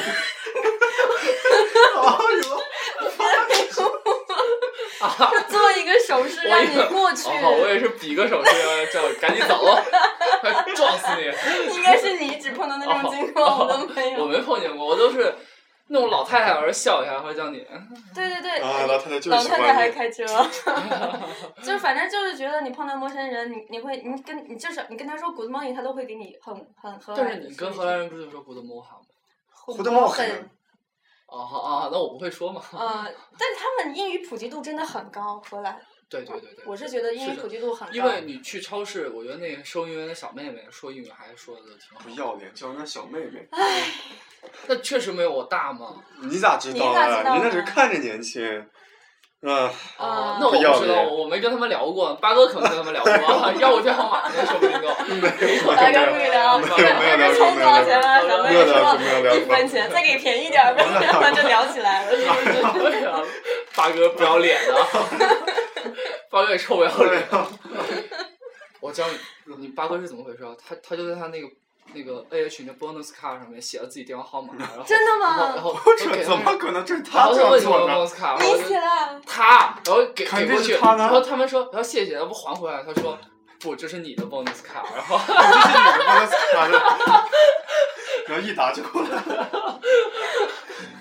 就做一个手势让你过去。 哦，我也是比个手势叫赶紧走，撞死你。 应该是你只碰到那种情况，我都没有。 我没碰见过，我都是那种老太太，而笑一下会叫你。 对对对。 啊，老太太就是老太太还开车。就是反正就是觉得你碰到陌生人，你你会你跟你就是你跟他说 good morning， 他都会给你很很和蔼的。 但是你跟荷兰人不是说 good morning 吗 ？good morning。 哦哦，那我不会说嘛。 呃，但他们英语普及度真的很高，荷兰。 对对对对。 我是觉得英语普及度很高。 因为你去超市，我觉得那个收银员的小妹妹说英语还说的挺好。 不要脸，叫人家小妹妹。 唉。 那确实没有我大嘛。 你咋知道啊？你那只是看着年轻。啊。 啊，那我不知道，我没跟他们聊过。八哥可能跟他们聊过，要我电话号码那说不定都。 八哥不聊， 没有聊充多少钱了？小妹妹说一分钱，再给你便宜点呗，然后就聊起来了。 对呀，八哥不要脸啊！八哥也臭不要脸。我教你，你八哥是怎么回事？他他就在他那个。那个 A H 那 bonus card 上面写了自己电话号码，然后真的吗？ 然后这怎么可能？这是他这样做的。 你写了。 他，然后给给过去， 然后他们说，然后谢谢，然后不还回来，他说不，这是你的 bonus card， 然后这是你的 bonus card，然后一打就过来了。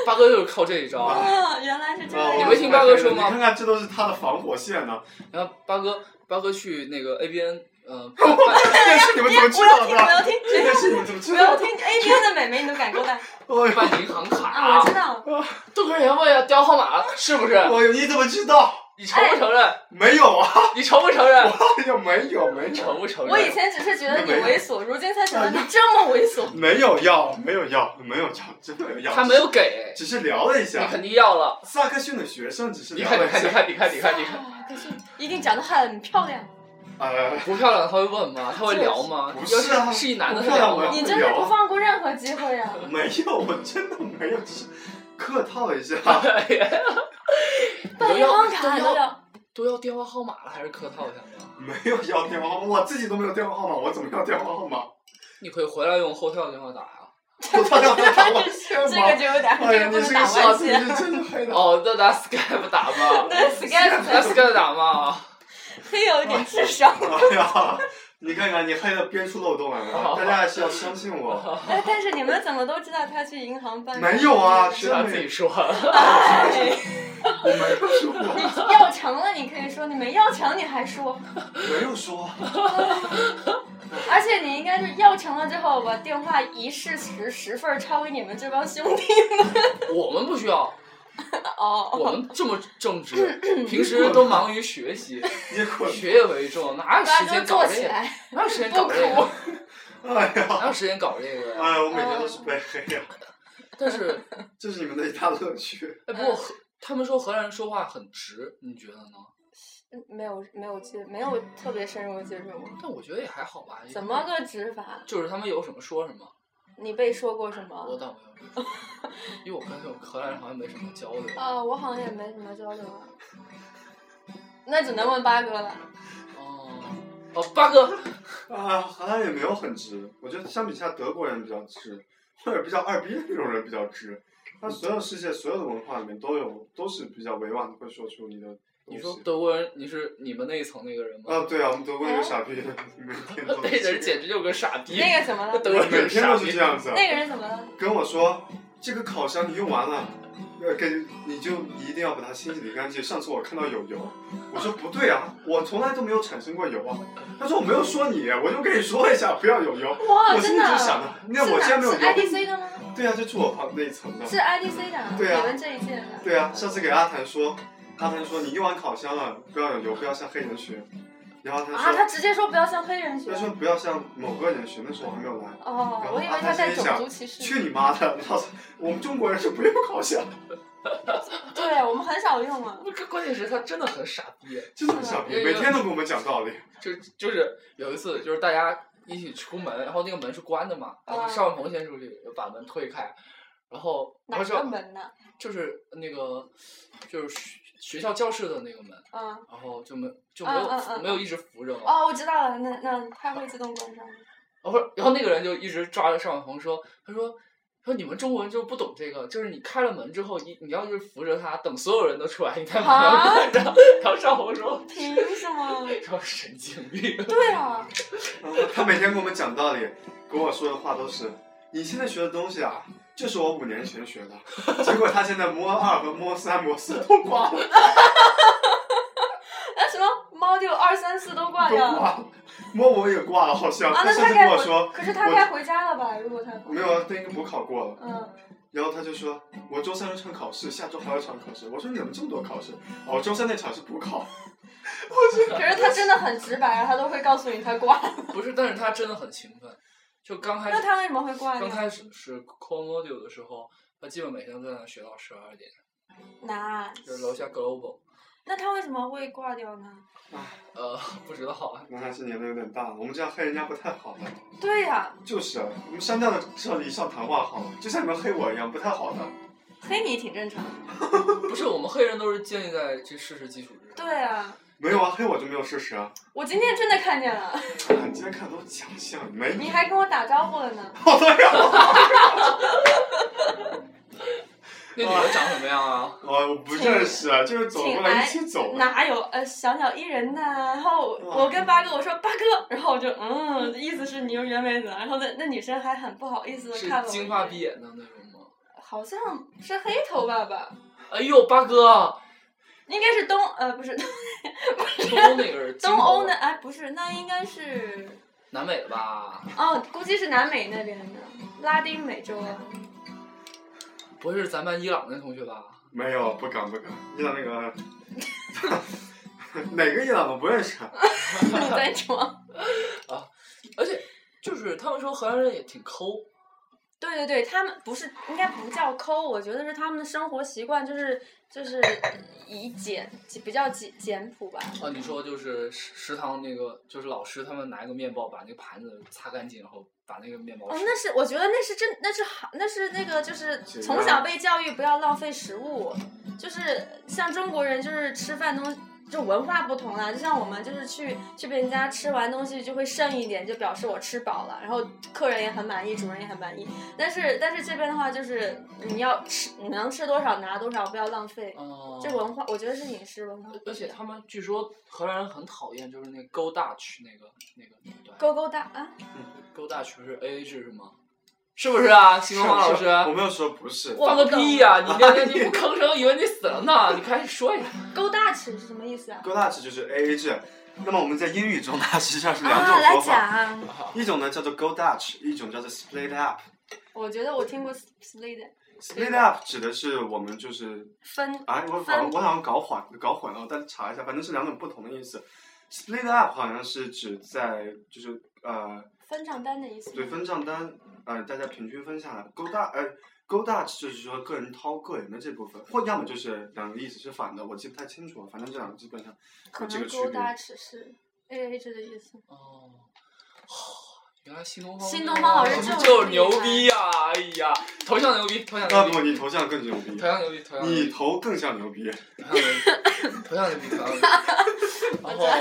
八哥就是靠这一招。 啊，原来是这样。 你没听八哥说吗？ 你看看，这都是他的防火线呢。 然后八哥，八哥去那个 A B N， 呃， 这件事你们怎么知道的？ 我要听， 这件事你们怎么知道？ 我要听 A B N 的美眉，你都敢勾搭？ 办银行卡啊，我知道。 都跟人问呀，调号码是不是？ 我你怎么知道？ 你承不承认？ 没有啊！ 你承不承认？ 我有没有没有？ 承不承认？ 我以前只是觉得你猥琐，如今才觉得你这么猥琐。 没有要，没有要，没有要，真没有要。 他没有给， 只是聊了一下。 你肯定要了。 萨克逊的学生只是你看，你看，你看，你看，你看，你看。 萨克逊一定长得很漂亮。 呃， 不漂亮他会问吗？他会聊吗？ 不是啊， 是一男的他聊吗？ 你真是不放过任何机会啊！ 没有，我真的没有，只是客套一下。 办银行卡都要。 都要电话号码了，还是客套一下吗？ 没有要电话号码，我自己都没有电话号码，我怎么要电话号码？ 你可以回来用后跳电话打呀。 后跳电话打吗？ 这个就有点，这个不能打玩气。 哦，那拿 Skype 打吗？ 对 Skype， 拿 Skype 打吗？ 黑有一点智商。 哎呀，你看看你黑的编出漏洞来了，大家还是要相信我。 哎，但是你们怎么都知道他去银行办？ 没有啊， 是他自己说。 哎， 我没有说。 你要成了，你可以说；你没要成，你还说。 没有说。 而且你应该是要成了之后，把电话一式十十份抄给你们这帮兄弟们。 我们不需要。 哦。 我们这么正直，平时都忙于学习，学业为重，哪有时间搞这个？哪有时间搞这个？ 哎呀， 哪有时间搞这个呀？ 哎呀，我每天都是被黑呀。 但是这是你们的一大乐趣。 哎，不过荷他们说荷兰人说话很直，你觉得呢？ 没有没有接没有特别深入的接触过。 但我觉得也还好吧。 怎么个直法？ 就是他们有什么说什么。 你被说过什么？ 我倒没有，因为我跟荷兰人好像没什么交流。 啊，我好像也没什么交流啊。那只能问八哥了。 哦，哦，八哥。 啊，荷兰也没有很直，我觉得相比下德国人比较直，或者比较二逼的那种人比较直。他所有世界所有的文化里面都有，都是比较委婉的会说出你的。 你说德国人，你是你们那一层那个人吗？ 啊，对啊，我们德国那个傻逼，每天都。 那人简直就个傻逼。 那个怎么了？ 德国人每天都是这样子。 那个人怎么了？ 跟我说，这个烤箱你用完了，呃，给你就一定要把它清洗干净。上次我看到有油，我说不对啊，我从来都没有产生过油啊。他说我没有说你，我就跟你说一下，不要有油。 哇， 我心里就想的，那我现在没有油。 是 I D C 的吗？ 对啊，就住我旁那一层的。 是 I D C 的。 对啊。 你们这一届的。 对啊，上次给阿谭说。阿谭说：“你用完烤箱了，不要有油，不要向黑人学。”然后他说：“ 啊，他直接说不要向黑人学。” 他说：“不要向某个人学。”那时候我还没有来。 哦，我以为他在种族歧视。 去你妈的！我们中国人是不用烤箱。 对，我们很少用啊。 不，关键是他真的很傻逼， 真的很傻逼，每天都跟我们讲道理。 就就是有一次，就是大家一起出门，然后那个门是关的嘛，然后邵文鹏先出去把门推开，然后哪个门呢？ 就是那个，就是学校教室的那个门， 嗯， 然后就没就没有、 嗯嗯嗯、 没有一直扶着嘛。 哦，我知道了，那那它会自动关上。 哦，不是，然后那个人就一直抓着邵文鹏说，他说，说你们中国人就不懂这个，就是你开了门之后，你你要是扶着他，等所有人都出来，你再把门关上。然后邵文鹏说， 凭什么？ 说神经病。 对啊。 他每天跟我们讲道理，跟我说的话都是，你现在学的东西啊。就是我五年前学的，结果他现在摸二和摸三、摸四都挂了。 那什么猫六二三四都挂掉了。 都挂了，摸我也挂了，好像。 啊， 他甚至跟我说， 可是他该回家了吧？如果他没有啊，他应该补考过了。 嗯。 然后他就说，我周三有场考试，下周还有场考试。我说你怎么这么多考试？哦，周三那场是补考。 我可是他真的很直白啊，他都会告诉你他挂了。 不是，但是他真的很勤奋。就刚开始， 那他为什么会挂掉？ 刚开始是 core module 的时候，他基本每天都在那学到十二点。 哪？ 就是楼下 global。 那他为什么会挂掉呢？ 呃，不知道啊。 那还是年龄有点大了，我们这样黑人家不太好的。 对呀、啊。 就是啊，我们删掉的至少礼尚谈话好，就像你们黑我一样，不太好的。 黑你挺正常。 不是，我们黑人都是建立在这事实基础之上。 对啊。 没有啊，黑我就没有事实啊。 我今天真的看见了。啊， 你今天看都是假象，没。 你还跟我打招呼了呢。 好对呀。 那女的长什么样啊？ 我不认识啊，就是走过来一起走。 哪有呃小鸟依人呢？然后我跟八哥我说八哥，然后我就嗯，意思是你有袁美子，然后那那女生还很不好意思的看了我。 是金发碧眼的那种吗？ 好像是黑头发吧？ 哎呦，八哥， 应该是东呃不是，不是东欧那个是东欧的哎不是，那应该是南美的吧？ 哦，估计是南美那边的拉丁美洲啊。 不是咱班伊朗那同学吧？ 没有，不敢不敢，伊朗那个哪个伊朗我不认识。 你在装啊！而且就是他们说荷兰人也挺抠。 对对对，他们不是应该不叫抠，我觉得是他们的生活习惯就是就是以简比较简简朴吧。 啊，你说就是食食堂那个就是老师他们拿一个面包把那个盘子擦干净，然后把那个面包哦，那是我觉得那是真那是好那是那个就是从小被教育不要浪费食物，就是像中国人就是吃饭东西。就文化不同啦，就像我们就是去去别人家吃完东西就会剩一点，就表示我吃饱了，然后客人也很满意，主人也很满意。但是但是这边的话就是你要吃，你能吃多少拿多少，不要浪费。 哦、 这文化我觉得是饮食文化。 而且他们据说荷兰人很讨厌就是那个 Go Dutch 那个那个对。 Go Go Dutch 啊？ 嗯 ，Go Dutch 不是 A A 制是吗？是不是啊，新东方老师？ 我没有说不是。 放个屁呀、啊！你那你不吭声，以为你死了呢。你赶紧说一下。 Go Dutch 是什么意思啊 ？Go Dutch 就是 A A 制。那么我们在英语中呢，实际上是两种说法。 啊、 一种呢叫做 Go Dutch， 一种叫做 Split Up。 我觉得我听过 Split。 Split Up 指的是我们就是分。 哎，我搞我好像搞混搞混了，我再查一下，反正是两种不同的意思。Split Up 好像是指在就是呃。 分账单的意思。 对，分账单，呃，大家平均分下来。Go Dutch，呃 ，Go Dutch 就是说个人掏个人的这部分，或要么就是两个意思是反的，我记不太清楚了。反正这两个基本上有这个区别。 可能 Go Dutch 是 A A 制的意思。 哦，原来新东方。 新东方好像就是牛逼呀、啊！哎呀，头像牛逼，头像牛逼。 啊不，你头像更牛逼。 头像牛逼，头像。 你头更像牛逼。 头像牛逼，头像牛逼，头像牛逼。然后。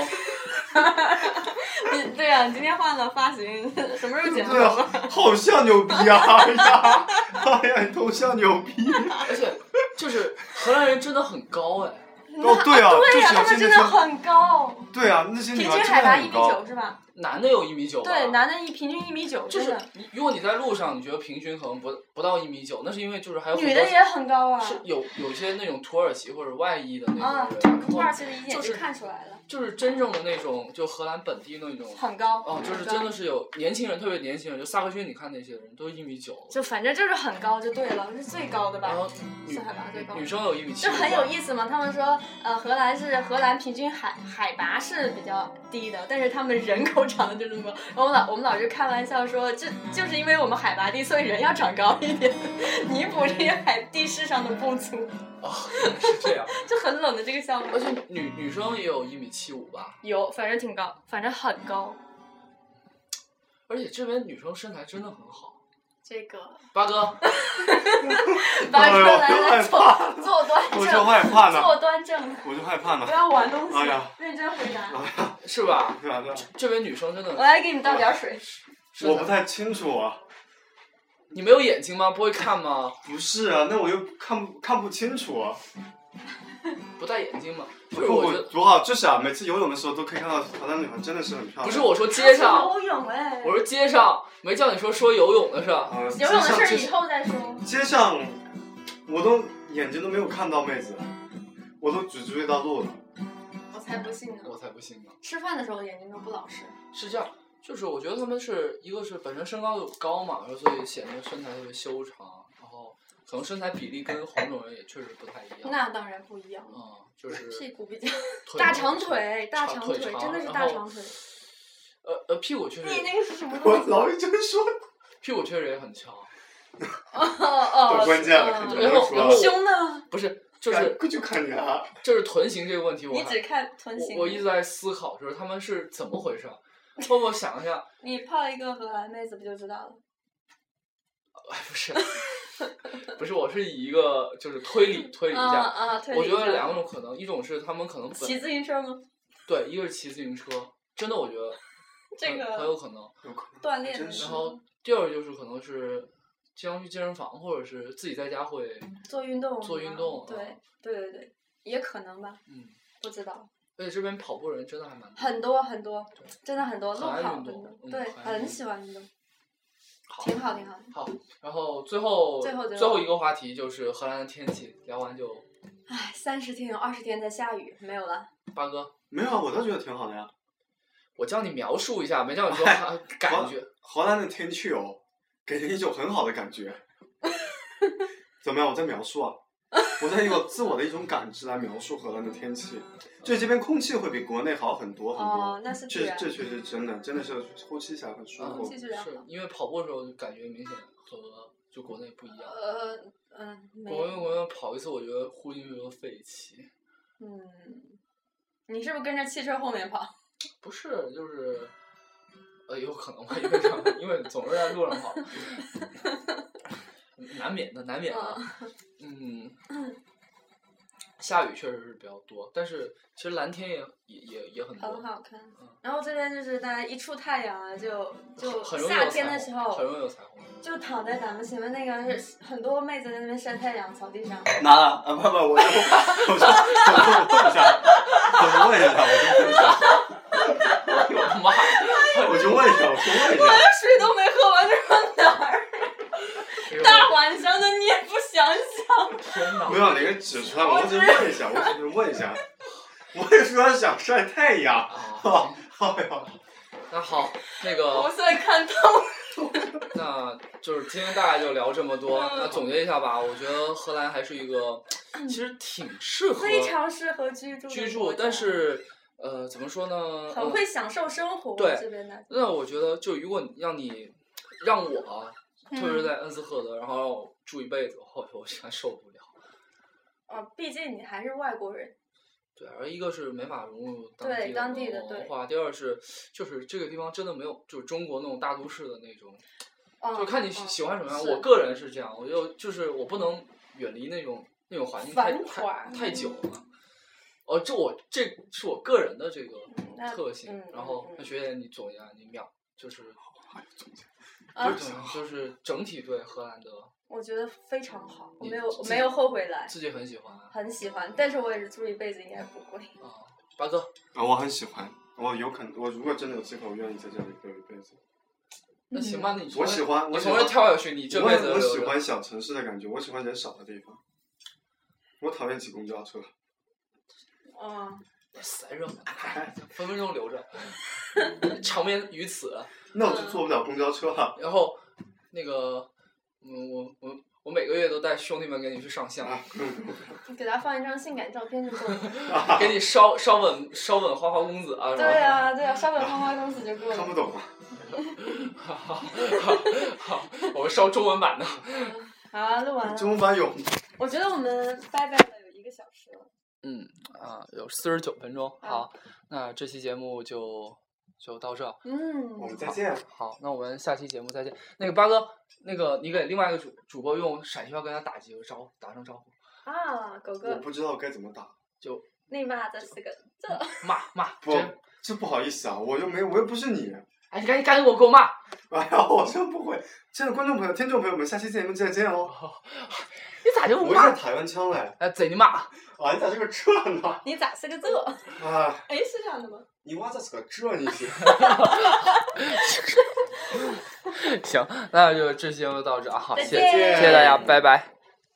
你对啊，你今天换了发型，什么时候剪的？ 对啊，好像牛逼啊！哎呀，哎呀，你头像牛逼。 而且，就是荷兰人真的很高哎。 哦，对啊， 对呀、啊， 他们真的很高。 对啊，那些女平孩均海拔一米九是吧？ 男的有一米九。 对，男的一平均一米九， 就是如果你在路上，你觉得平均可能不不到一米九，那是因为就是还有女的也很高啊。 是有有些那种土耳其或者外裔的那种人， 啊、土耳其的一眼就看出来了。 就是真正的那种，就荷兰本地那种很高哦，就是真的是有年轻人，特别年轻人，就萨克逊，你看那些人都一米九， 就反正就是很高就对了，是最高的吧？ 然后是海拔最高。 女生有一米七， 就很有意思嘛。他们说，呃，荷兰是荷兰平均海海拔是比较低的，但是他们人口长得就这么高。然后我老我们老师开玩笑说，这就是因为我们海拔低，所以人要长高一点，弥补这个海地势上的不足。 哦，是这样， 就很冷的这个项目。 而且女女生也有一米七五吧？ 有，反正挺高，反正很高。 而且这边女生身材真的很好。 这个。 八哥。 八哥来来坐坐端正。 我就害怕呢。 坐端正。 我就害怕呢。 不要玩东西。 哎呀。 认真回答。 哎呀。 是吧？ 对啊对啊。 这边女生真的。 我来给你倒点水。 我不太清楚啊。 你没有眼睛吗？不会看吗？ 不是啊，那我又看不看不清楚啊。 不戴眼镜吗？ 就是我觉得多好，就是啊，每次游泳的时候都可以看到荷兰女孩真的是很漂亮。 不是我说街上。 游泳哎。 我说街上，没叫你说说游泳的是吧？ 呃、 游泳的事以后再说。 街上，我都眼睛都没有看到妹子，我都只注意到路了。 我才不信呢！ 我才不信呢！ 吃饭的时候眼睛都不老实。 是这样。就是我觉得他们是一个是本身身高就高嘛，然后所以显得身材特别修长，然后可能身材比例跟黄种人也确实不太一样。 那当然不一样。 嗯，就是屁股比较大长腿，大长腿真的是大长腿。 呃呃，屁股确实。 你那个是什么？ 我老是这么说。 屁股确实也很强。 哦哦。 关键了， 然后然后胸呢？ 不是。就是就看你啊， 就是臀型这个问题我， 你只看臀型。 我我一直在思考，就是他们是怎么回事。帮我想一下。 你泡一个荷兰妹子不就知道了？ 哎，不是，不是，我是以一个就是推理推理一下。 啊啊！推理我觉得两种可能，一种是他们可能骑自行车吗？ 对，一个是骑自行车，真的我觉得这个很有可能。 有可能锻炼。 然后第二就是可能是经常去健身房，或者是自己在家会做运动。 做运动。 对对对对，也可能吧。 嗯。 不知道。 而且这边跑步人真的还蛮多。 很多很多，真的很多，路跑很多， 对，很喜欢运动。 挺好挺好。 好，然后最后最后最后一个话题就是荷兰的天气，聊完就。 唉，三十天有二十天在下雨，没有了。 八哥。 没有啊，我倒觉得挺好的呀。 我叫你描述一下，没叫你说感觉。 荷兰的天气哦，给人一种很好的感觉。怎么样？我在描述啊，我在用自我的一种感知来描述荷兰的天气。就这边空气会比国内好很多很多。 哦，那是这这确实真的，真的是呼吸起来很舒服。 嗯、是因为跑步的时候就感觉明显和就国内不一样。 呃嗯， 国内国内跑一次，我觉得呼吸就废气。 嗯，你是不是跟着汽车后面跑？ 不是，就是，呃，有可能吧，因为这样，因为总是在路上跑，难免的，难免的。嗯，下雨确实是比较多，但是其实蓝天也也也也很多。 很好看。 嗯、 然后这边就是大家一出太阳啊，就就很容易夏天的时候， 很容易有彩虹。 就躺在咱们前面那个是很多妹子在那边晒太阳，草地上。 哪了？啊不不，我就我就我就问一下，我就问一下，我就问一下。 哎呦我的妈！ 我就问一下，我就问一下。 我的水都没喝完，这说哪儿？大晚上的你也不想想。 天哪！ 没有那个指出来，我只是问一下，我只是问一下。我也说想晒太阳。哦，哎呦。 那好，那个。 我现在看透。 那就是今天大概就聊这么多。那总结一下吧，我觉得荷兰还是一个其实挺适合非常适合居住居住，但是呃怎么说呢？ 很会享受生活。 对， 这边的。 那我觉得，就如果让你让我，特别是在恩斯赫德，然后让我住一辈子，我我现在受不了。 哦，毕竟你还是外国人。 对，而一个是没法融入当地的文化，第二是就是这个地方真的没有就是中国那种大都市的那种， 哦、 就看你喜欢什么样。 哦、 我个人是这样，我就就是我不能远离那种那种环境太太太久了。哦，这我这是我个人的这个特性。 嗯、 然后，那嗯、 学姐你总结你秒就是总结， 就是就是整体对荷兰的。 我觉得非常好，我没有我没有后悔来。 自己很喜欢、啊。 很喜欢，但是我也是住一辈子，应该不会。 啊，八哥。 啊，我很喜欢，我有可能，我如果真的有机会，我愿意在这里留一辈子。 那行吧，你我喜欢， 你从这跳下去，你这辈子我我喜欢小城市的感觉，我喜欢人少的地方。我讨厌挤公交车。 啊。 死人嘛，分分钟留着。长眠于此。 那我就坐不了公交车了。 然后，那个。嗯，我我我每个月都带兄弟们给你去上香， 你给他放一张性感照片就够了， 给你烧烧稳烧稳花花公子啊！ 对啊对啊，烧稳花花公子就够了。 看不懂啊。 好好好，我们烧中文版的。 好啊，录完了。 中文版有。 我觉得我们拜拜了有一个小时了。 嗯啊，有四十九分钟。好，那这期节目就就到这。 嗯， 我们再见。 好，那我们下期节目再见。那个八哥。那个，你给另外一个主主播用陕西话跟他打几个招呼，打声招呼。 啊，狗哥。 我不知道该怎么打。 就。 你妈这是个这。 骂骂。 不，这不好意思啊，我又没，我又不是你。 哎，你赶紧赶紧给我给我骂！ 哎呀，我真不会。亲爱的观众朋友、听众朋友们，下期节目再见哦。 你咋就不骂？我是台湾腔嘞。 哎，贼你骂！ 啊，你咋是个这呢？ 你咋是个这？ 啊。 哎，是这样的吗？ 你娃咋是个这？你行。 行，那就这期节目到这啊，好，谢谢谢谢谢大家，拜拜。